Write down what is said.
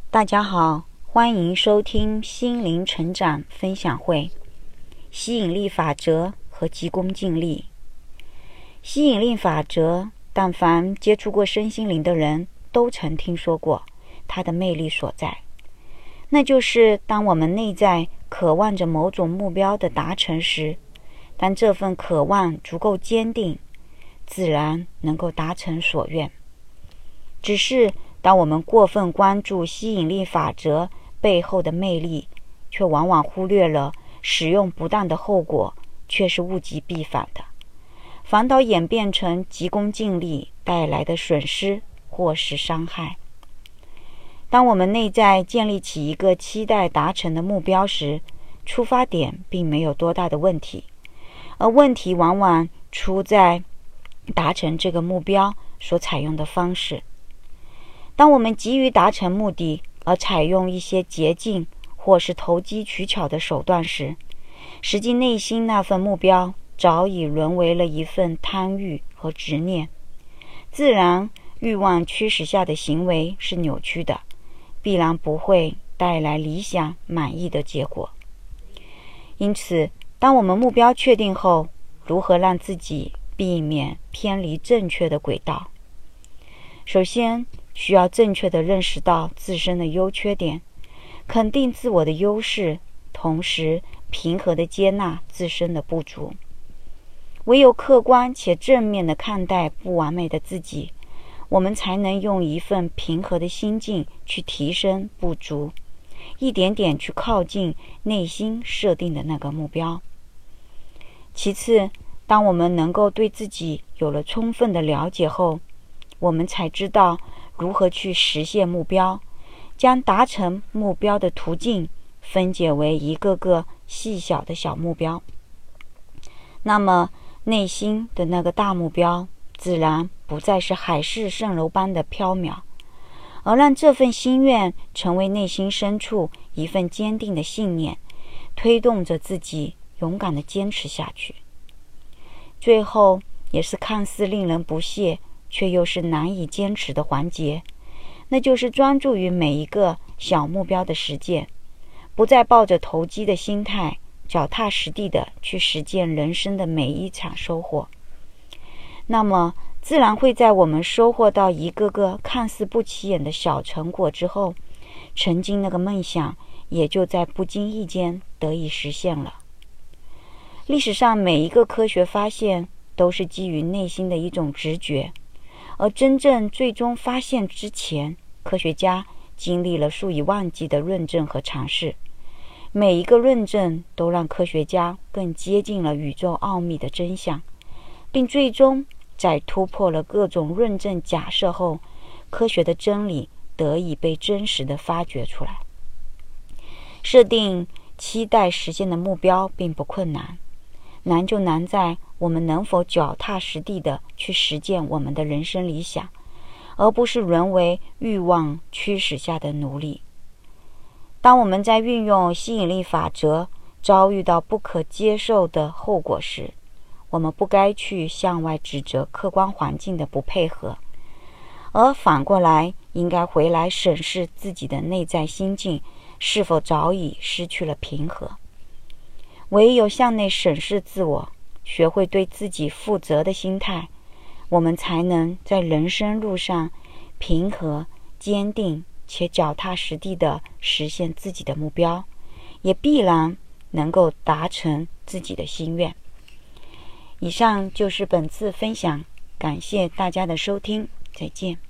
大家好，欢迎收听心灵成长分享会。吸引力法则和急功近利。吸引力法则，但凡接触过身心灵的人都曾听说过它的魅力所在，那就是当我们内在渴望着某种目标的达成时，当这份渴望足够坚定，自然能够达成所愿。只是当我们过分关注吸引力法则背后的魅力，却往往忽略了使用不当的后果却是物极必反的，反倒演变成急功近利带来的损失或是伤害。当我们内在建立起一个期待达成的目标时，出发点并没有多大的问题，而问题往往出在达成这个目标所采用的方式。当我们急于达成目的而采用一些捷径或是投机取巧的手段时，实际内心那份目标早已沦为了一份贪欲和执念。自然，欲望驱使下的行为是扭曲的，必然不会带来理想满意的结果。因此，当我们目标确定后，如何让自己避免偏离正确的轨道？首先，需要正确地认识到自身的优缺点，肯定自我的优势，同时平和地接纳自身的不足。唯有客观且正面地看待不完美的自己，我们才能用一份平和的心境去提升不足，一点点去靠近内心设定的那个目标。其次，当我们能够对自己有了充分的了解后，我们才知道如何去实现目标，将达成目标的途径分解为一个个细小的小目标。那么，内心的那个大目标自然不再是海市蜃楼般的缥缈，而让这份心愿成为内心深处一份坚定的信念，推动着自己勇敢地坚持下去。最后，也是看似令人不屑却又是难以坚持的环节，那就是专注于每一个小目标的实践，不再抱着投机的心态，脚踏实地的去实践人生的每一场收获。那么，自然会在我们收获到一个个看似不起眼的小成果之后，曾经那个梦想也就在不经意间得以实现了。历史上每一个科学发现都是基于内心的一种直觉，而真正最终发现之前，科学家经历了数以万计的论证和尝试，每一个论证都让科学家更接近了宇宙奥秘的真相，并最终在突破了各种论证假设后，科学的真理得以被真实的发掘出来。设定期待实现的目标并不困难，难就难在我们能否脚踏实地地去实践我们的人生理想，而不是沦为欲望驱使下的奴隶。当我们在运用吸引力法则遭遇到不可接受的后果时，我们不该去向外指责客观环境的不配合，而反过来应该回来审视自己的内在心境是否早已失去了平和。唯有向内审视自我，学会对自己负责的心态，我们才能在人生路上平和、坚定且脚踏实地地实现自己的目标，也必然能够达成自己的心愿。以上就是本次分享，感谢大家的收听，再见。